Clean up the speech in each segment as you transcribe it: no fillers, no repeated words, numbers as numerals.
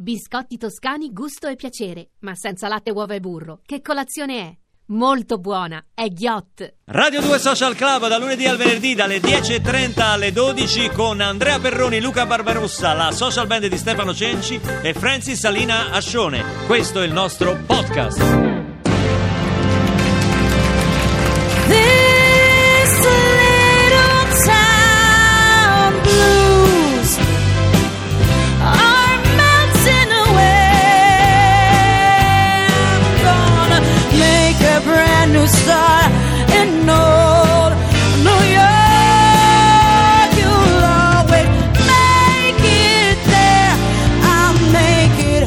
Biscotti toscani gusto e piacere, ma senza latte, uova e burro. Che colazione è? Molto buona, è Ghiott. Radio 2 Social Club da lunedì al venerdì dalle 10.30 alle 12 con Andrea Perroni, Luca Barbarossa, la social band di Stefano Cenci e Francis Salina Ascione. Questo è il nostro podcast. New star in old New York. You'll always make it there. I'll make it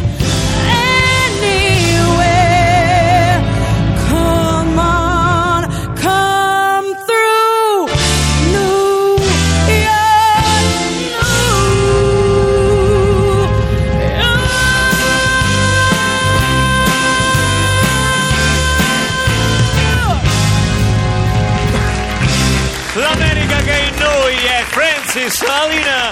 anywhere. Come on, come through New York, L'America che in noi è Francis Salina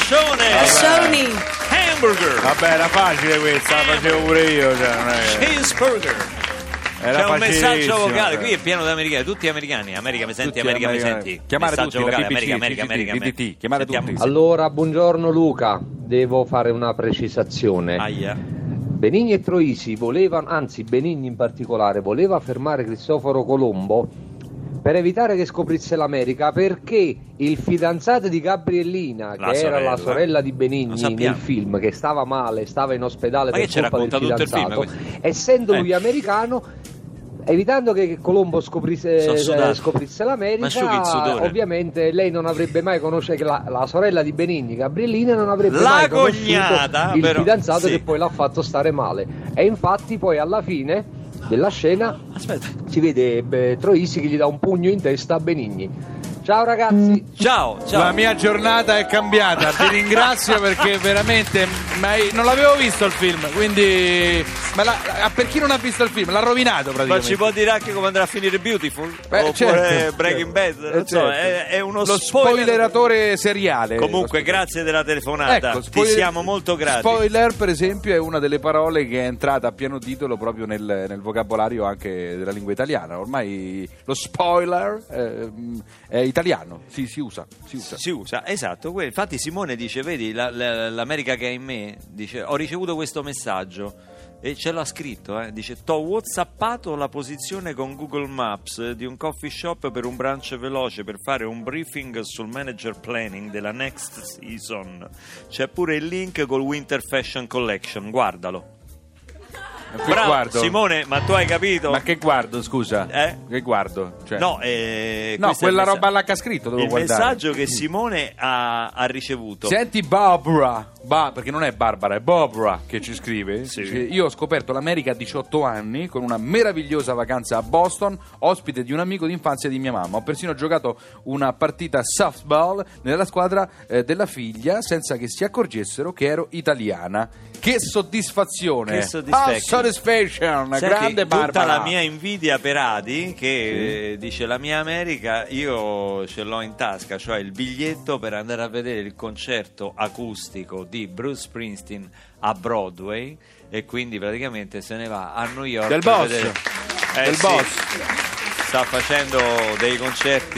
Ascione. Hamburger. Vabbè, era facile questa, la facevo pure io, cioè, non è... Cheeseburger. Era c'è un messaggio vocale, cioè. qui è pieno di americani, tutti americani. America mi senti, Tutti America mi americani. senti. Chiamare Messaggio tutti, vocale, la BBC, America. DDT, chiamare Sentiamo. tutti. Allora, buongiorno Luca, devo fare una precisazione. Aia. Benigni e Troisi volevano, anzi Benigni in particolare, voleva fermare Cristoforo Colombo per evitare che scoprisse l'America, perché il fidanzato di Gabriellina, La che sorella. era la sorella di Lo Benigni sappiamo. nel film, che stava male, stava in ospedale Ma per che ci colpa del racconta tutto il film, fidanzato, questo? essendo lui americano, evitando che Colombo Sono scoprisse sudato. Ma asciughi il l'America, sudore. ovviamente lei non avrebbe mai conosciuto, che la sorella di Benigni, Gabriellina, non avrebbe La mai cognata, conosciuto il però, fidanzato sì. che poi l'ha fatto stare male. E infatti poi alla fine della scena Aspetta. si vede Troisi che gli dà un pugno in testa a Benigni. Ciao ragazzi. Ciao. La mia giornata è cambiata, ti ringrazio perché veramente non l'avevo visto il film, quindi per chi non ha visto il film l'ha rovinato Ma praticamente. ci può dire anche come andrà a finire Beautiful? Beh, Oppure certo, Breaking Bad? Non so, certo. è uno Lo spoileratore seriale. Comunque, grazie della telefonata. Ecco, Ti siamo molto grati. Spoiler, per esempio, è una delle parole che è entrata a pieno titolo proprio nel vocabolario anche della lingua italiana. Ormai lo spoiler è italiano, si usa. Si usa, esatto. Infatti Simone dice, vedi, l'America che è in me, dice, ho ricevuto questo messaggio e ce l'ha scritto, dice, t'ho whatsappato la posizione con Google Maps di un coffee shop per un brunch veloce per fare un briefing sul manager planning della next season. C'è pure il link col Winter Fashion Collection, guardalo. Bravo, guardo. Simone, ma tu hai capito? Ma che guardo, scusa? Che guardo? Cioè... No, quella roba là che ha scritto devo il guardare. messaggio che Simone ha ricevuto. Senti Barbara, perché non è Barbara, è Barbara che ci scrive. Sì. Dice, io ho scoperto l'America a 18 anni con una meravigliosa vacanza a Boston, ospite di un amico d'infanzia di mia mamma. Ho persino giocato una partita softball nella squadra della figlia senza che si accorgessero che ero italiana. Che soddisfazione! Che soddisfaction. Satisfaction, Senti, grande Barbara. tutta la mia invidia per Adi che dice la mia America io ce l'ho in tasca, cioè il biglietto per andare a vedere il concerto acustico di Bruce Springsteen a Broadway e quindi praticamente se ne va a New York Del per boss. vedere. Del Sì, boss. sta facendo dei concerti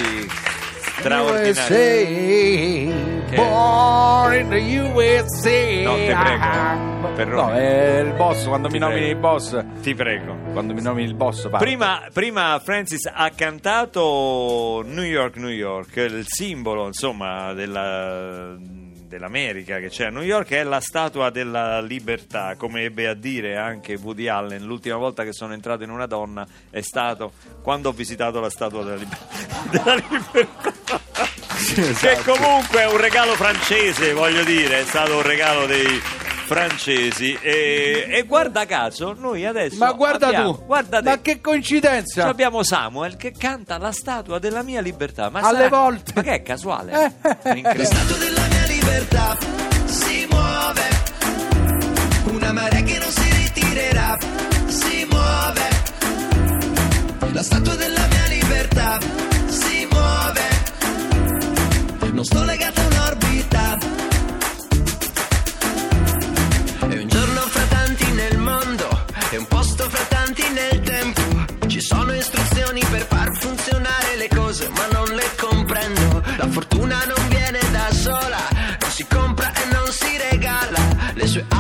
straordinari. USA, born in the USA. No, te prego. Perrone. No, è il boss, quando Ti mi nomini prego. il boss. Ti prego. Quando mi nomini il boss parlo. Prima Francis ha cantato New York, il simbolo insomma dell'America che c'è a New York è la Statua della Libertà, come ebbe a dire anche Woody Allen. L'ultima volta che sono entrato in una donna è stato quando ho visitato la Statua della Libertà. Sì, esatto. Che comunque è un regalo francese, voglio dire, è stato un regalo dei francesi e guarda caso noi adesso Ma guarda abbiamo, tu, guarda te, ma che coincidenza. abbiamo Samuel che canta la Statua della mia libertà, ma Alle volte. ma che è casuale? La Incredibile. statua della mia libertà si muove, una marea che non si ritirerà, si muove. La statua della mia libertà si muove, non sto legata a un'orbita. E un giorno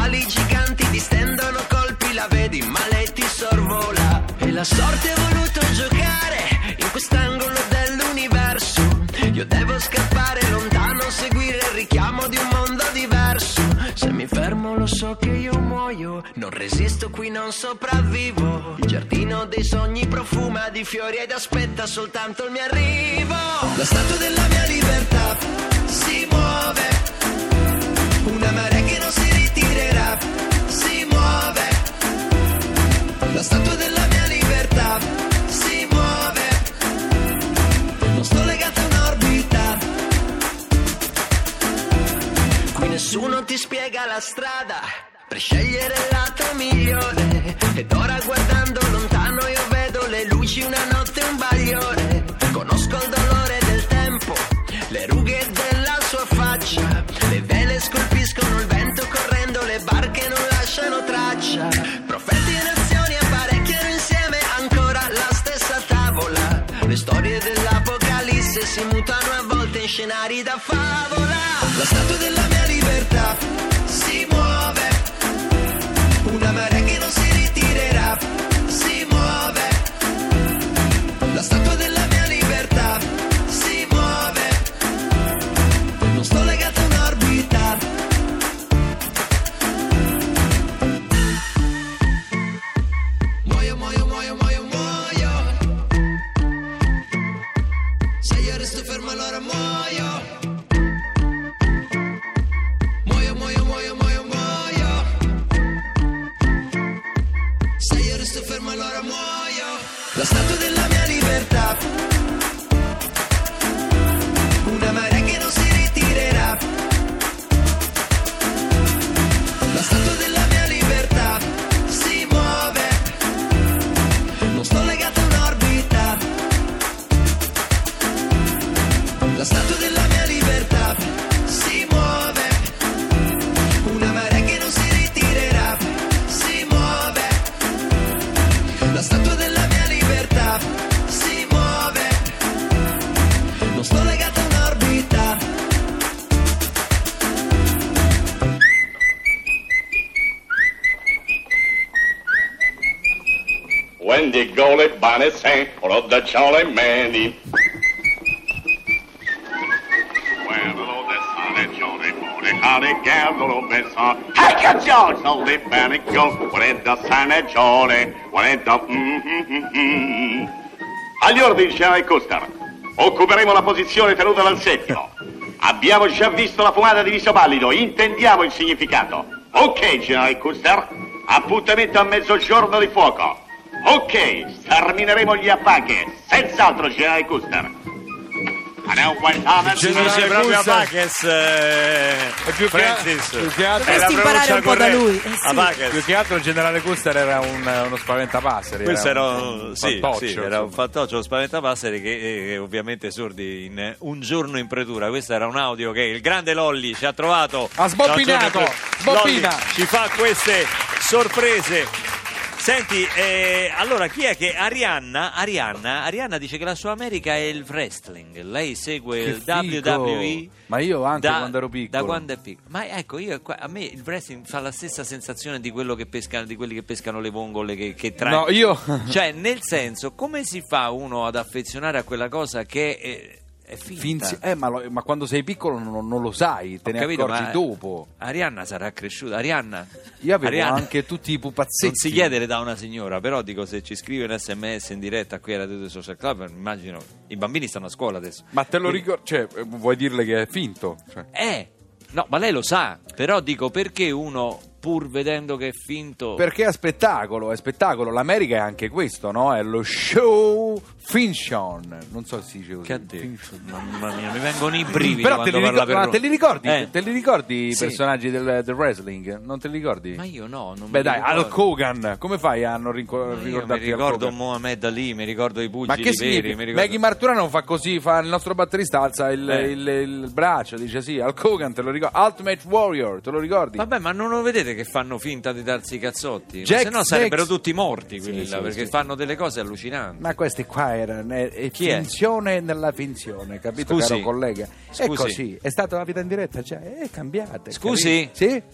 ali giganti distendono colpi, la vedi ma lei ti sorvola. E la sorte ha voluto giocare in quest'angolo dell'universo. Io devo scappare lontano, seguire il richiamo di un mondo diverso. Se mi fermo lo so che io muoio, non resisto qui, non sopravvivo. Il giardino dei sogni profuma di fiori ed aspetta soltanto il mio arrivo. La statua della mia libertà si muove, una marea che non si ritirerà, si muove. La statua della mia libertà si muove, non sto legato a un'orbita. Qui nessuno ti spiega la strada per scegliere il lato migliore. Ed ora guardando lontano io vedo le luci, una notte, un bagliore. Conosco il dolore del tempo, le rughe della sua faccia. Le vele scolpiscono il vento correndo, le barche non lasciano traccia. Profeti e nazioni apparecchiano insieme ancora la stessa tavola. Le storie dell'Apocalisse si mutano a volte in scenari da favola. La statua della mia libertà si muove, una marea che non si ritirerà, si muove. La statua della mia libertà si muove, non sto legato a un'orbita. Muoio, muoio, muoio, muoio, muoio. Se io resto fermo allora muoio. Muoio, muoio, muoio, muoio, muoio. Se io resto fermo allora muoio. La statua della mia libertà, una marea che non si ritirerà. La statua della mia libertà si muove, non sto legato a un'orbita. La statua della mia libertà si muove, una marea che non si ritirerà, si muove. La statua della mia libertà si muove, non sto legato a un'orbita. When the golly bunny sang of the jolly manny. When the sun is jolly morning, how the gather of the sun. Take a George, so the bunny goes. When the sun is jolly, when the Agli ordini, generale Custer. Occuperemo la posizione tenuta dal settimo. Abbiamo già visto la fumata di viso pallido, intendiamo il significato. Ok, generale Custer. Appuntamento a mezzogiorno di fuoco. Ok, stermineremo gli Apache, senz'altro, generale Custer. Dice proprio Apaches, Francis. Dovresti imparare un po' da lui. Apaches. Più che altro il generale Custer era uno spaventapasseri. Questo era un fantoccio, era un fantoccio, spaventapasseri che ovviamente sordi in Un giorno in pretura. Questo era un audio che il grande Lolli ci ha trovato. Ha sbobbinato, sbobbina. Lolli ci fa queste sorprese. Senti, allora chi è che Arianna dice che la sua America è il wrestling. Lei segue il WWE. Ma io anche quando ero piccolo. Da quando è piccolo. Ma ecco, a me il wrestling fa la stessa sensazione di quello che pescano, di quelli che pescano le vongole che No, io cioè, nel senso, come si fa uno ad affezionare a quella cosa che è finta? Ma quando sei piccolo non lo sai, te ne accorgi dopo. Arianna sarà cresciuta. Arianna, io avevo anche tutti i pupazzetti. Non si chiede da una signora, però dico, se ci scrive un SMS in diretta qui a Radio Social Club, immagino i bambini stanno a scuola adesso. Ma te lo ricordi? Cioè, vuoi dirle che è finto? Cioè. No, ma lei lo sa, però dico, perché uno, pur vedendo che è finto... Perché è spettacolo, l'America è anche questo, no? È lo show fiction, non so se si dice così. Che ha detto? Mamma mia, mi vengono i brividi. Però quando parla per te li ricordi? Te li ricordi i Sì. personaggi del wrestling? Non te li ricordi? Ma io no, non Beh mi dai, ricordo. Hulk Hogan, come fai a non ricordarti Io mi Hulk ricordo Hogan? Mohamed Ali, mi ricordo i pugili Ma che veri, significa? mi ricordo... Maggie Marturano fa così, fa il nostro batterista alza il braccio, dice sì, Hulk Hogan te lo ricordi, Ultimate Warrior, te lo ricordi? Vabbè, ma non lo vedete che fanno finta di darsi i cazzotti? Jack Se no sarebbero Snakes. tutti morti quelli Sì, là, sì, perché sì. fanno delle cose allucinanti. Ma questi qua erano Chi è? finzione nella finzione, capito, Scusi. caro collega? È Scusi. così, è stata la vita in diretta, cioè, è cambiata. Scusi? Sì?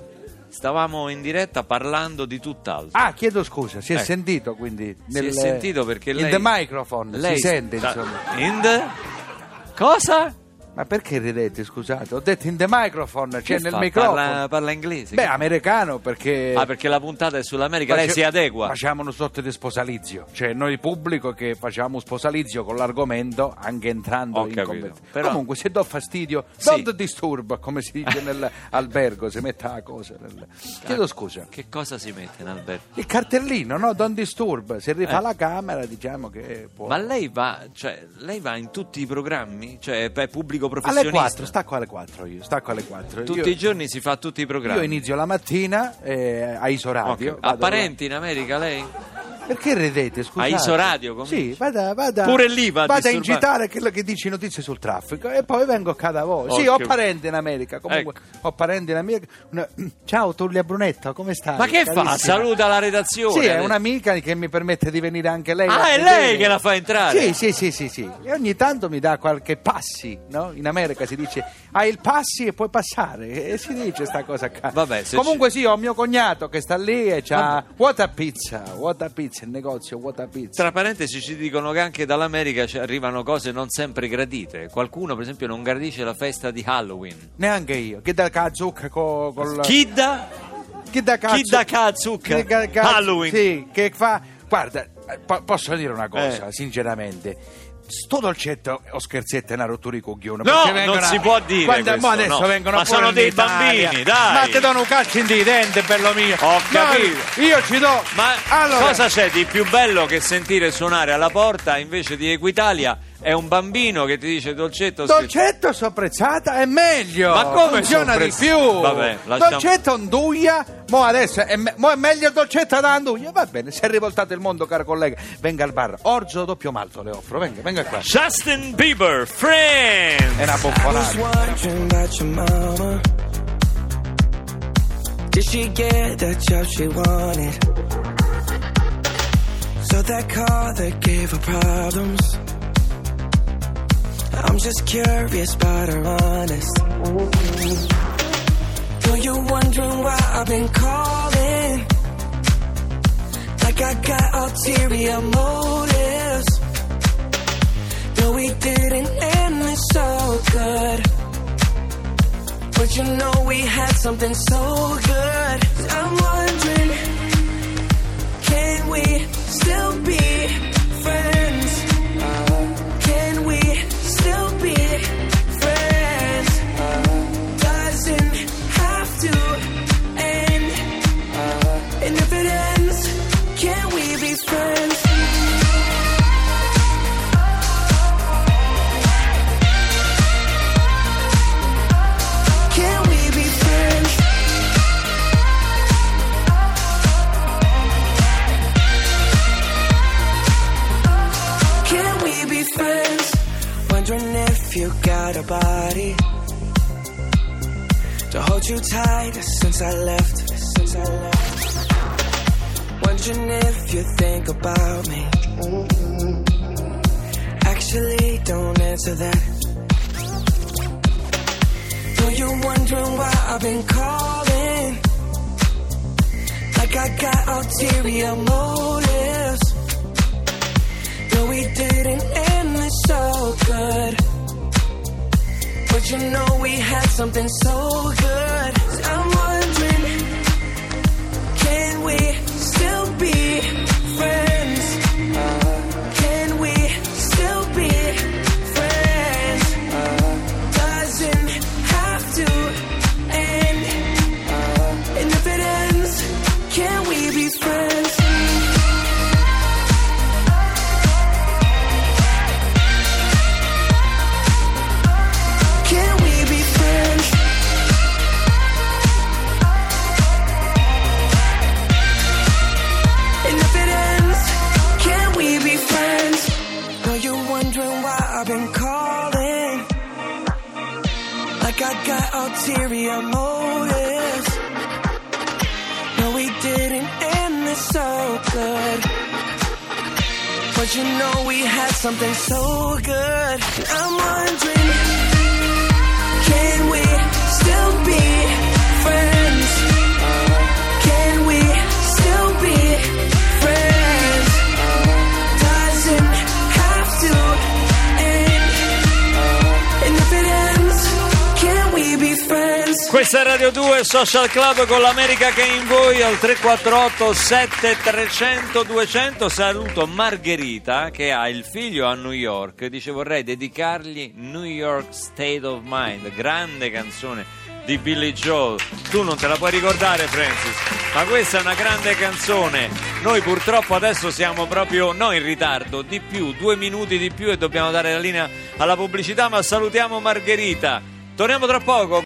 stavamo in diretta parlando di tutt'altro. Ah, chiedo scusa, si è sentito quindi? Si è sentito perché lei... In the microphone, lei si sente insomma. In the... Cosa? Ma perché ridete, scusate? Ho detto in the microphone, cioè Che nel fa? microfono. Parla inglese? Beh, americano perché... Ah, perché la puntata è sull'America, lei si adegua. Facciamo una sorta di sposalizio, cioè noi pubblico che facciamo un sposalizio con l'argomento anche entrando Ho in capito. conversazione. Però... Comunque se do fastidio, Sì. don't disturb, come si dice nell'albergo, si mette la cosa. Chiedo scusa. Che cosa si mette in albergo? Il cartellino, no? Don't disturb, se rifà la camera diciamo che può... Ma lei va in tutti i programmi? Cioè è pubblico professionista? Alle 4, stacco alle 4 io, stacco alle 4. Tutti i giorni si fa tutti i programmi? Io inizio la mattina a Isoradio. Okay. Ha parenti in America lei? Perché ridete, scusate? A Isoradio? Come sì, vada. Pure lì va a Vada a disturbare. incitare quello che dici notizie sul traffico e poi vengo qua da voi. Sì, Occhio. ho parenti in America, comunque ho parenti in America. Ciao Tullia Brunetta, come stai? Ma che Carissima. fa? Saluta la redazione. Sì, è un'amica che mi permette di venire anche lei. Ah, a è vedere. lei che la fa entrare? Sì. E ogni tanto mi dà qualche passi, no? In America si dice hai il passi e puoi passare. E si dice sta cosa qua. Vabbè, se comunque sì, ho mio cognato che sta lì e c'ha What a Pizza, il negozio What a Pizza. Tra parentesi ci dicono che anche dall'America ci arrivano cose non sempre gradite. Qualcuno per esempio non gradisce la festa di Halloween. Neanche io. Che da Kazuc col Chi da Kazuc? Halloween. Sì, che fa. Guarda, posso dire una cosa, sinceramente. Sto dolcetto o scherzetto è una rottura di coglione. No, perché non si può dire Quando questo, adesso no. vengono Ma fuori sono in dei Italia. bambini, dai. Ma ti do un calcio in di dente, bello mio. Ho capito. Io ci do. Ma allora, cosa c'è di più bello che sentire suonare alla porta invece di Equitalia? È un bambino che ti dice dolcetto. Dolcetto sopprezzata è meglio. Ma come funziona di più? Vabbè, lasciamo... Dolcetto anduia. Mo adesso è meglio il dolcetto da anduia. Va bene, si è rivoltato il mondo, caro collega. Venga al bar. Orzo doppio malto le offro. Venga qua. Justin Bieber, Friends. È una buffonata. Wondering about your mama. Did she get the job she wanted? So that car that gave her problems. I'm just curious about her honest. Though you're wondering why I've been calling, like I got ulterior motives. Though we didn't end it so good, but you know we had something so good. I'm wondering, can we still be friends? Can we still be friends? Doesn't have to end. And if it ends, can we be friends? Can we be friends? Can we be friends? Wondering if you got a body to hold you tight since I left. Wondering if you think about me. Actually, don't answer that. Though you're wondering why I've been calling, like I got ulterior motives. No, we didn't end this so good, but you know we had something so good. I'm wondering, can we still be friends? Can we still be friends? Doesn't have to end. And if it ends, can we be friends? Can we be friends? And if it ends, can we be friends? Know you're wondering why I've been calling, like I got ulterior motives. No, we didn't end this so good, but you know we had something so good. I'm wondering, can we still be friends? Questa è Radio 2 Social Club con l'America che è in voi al 348 7300 200. Saluto Margherita che ha il figlio a New York, dice vorrei dedicargli New York State of Mind, grande canzone di Billy Joel. Tu non te la puoi ricordare, Francis, ma questa è una grande canzone. Noi purtroppo adesso siamo proprio in ritardo, di più, 2 minuti di più e dobbiamo dare la linea alla pubblicità, ma salutiamo Margherita. Torniamo tra poco.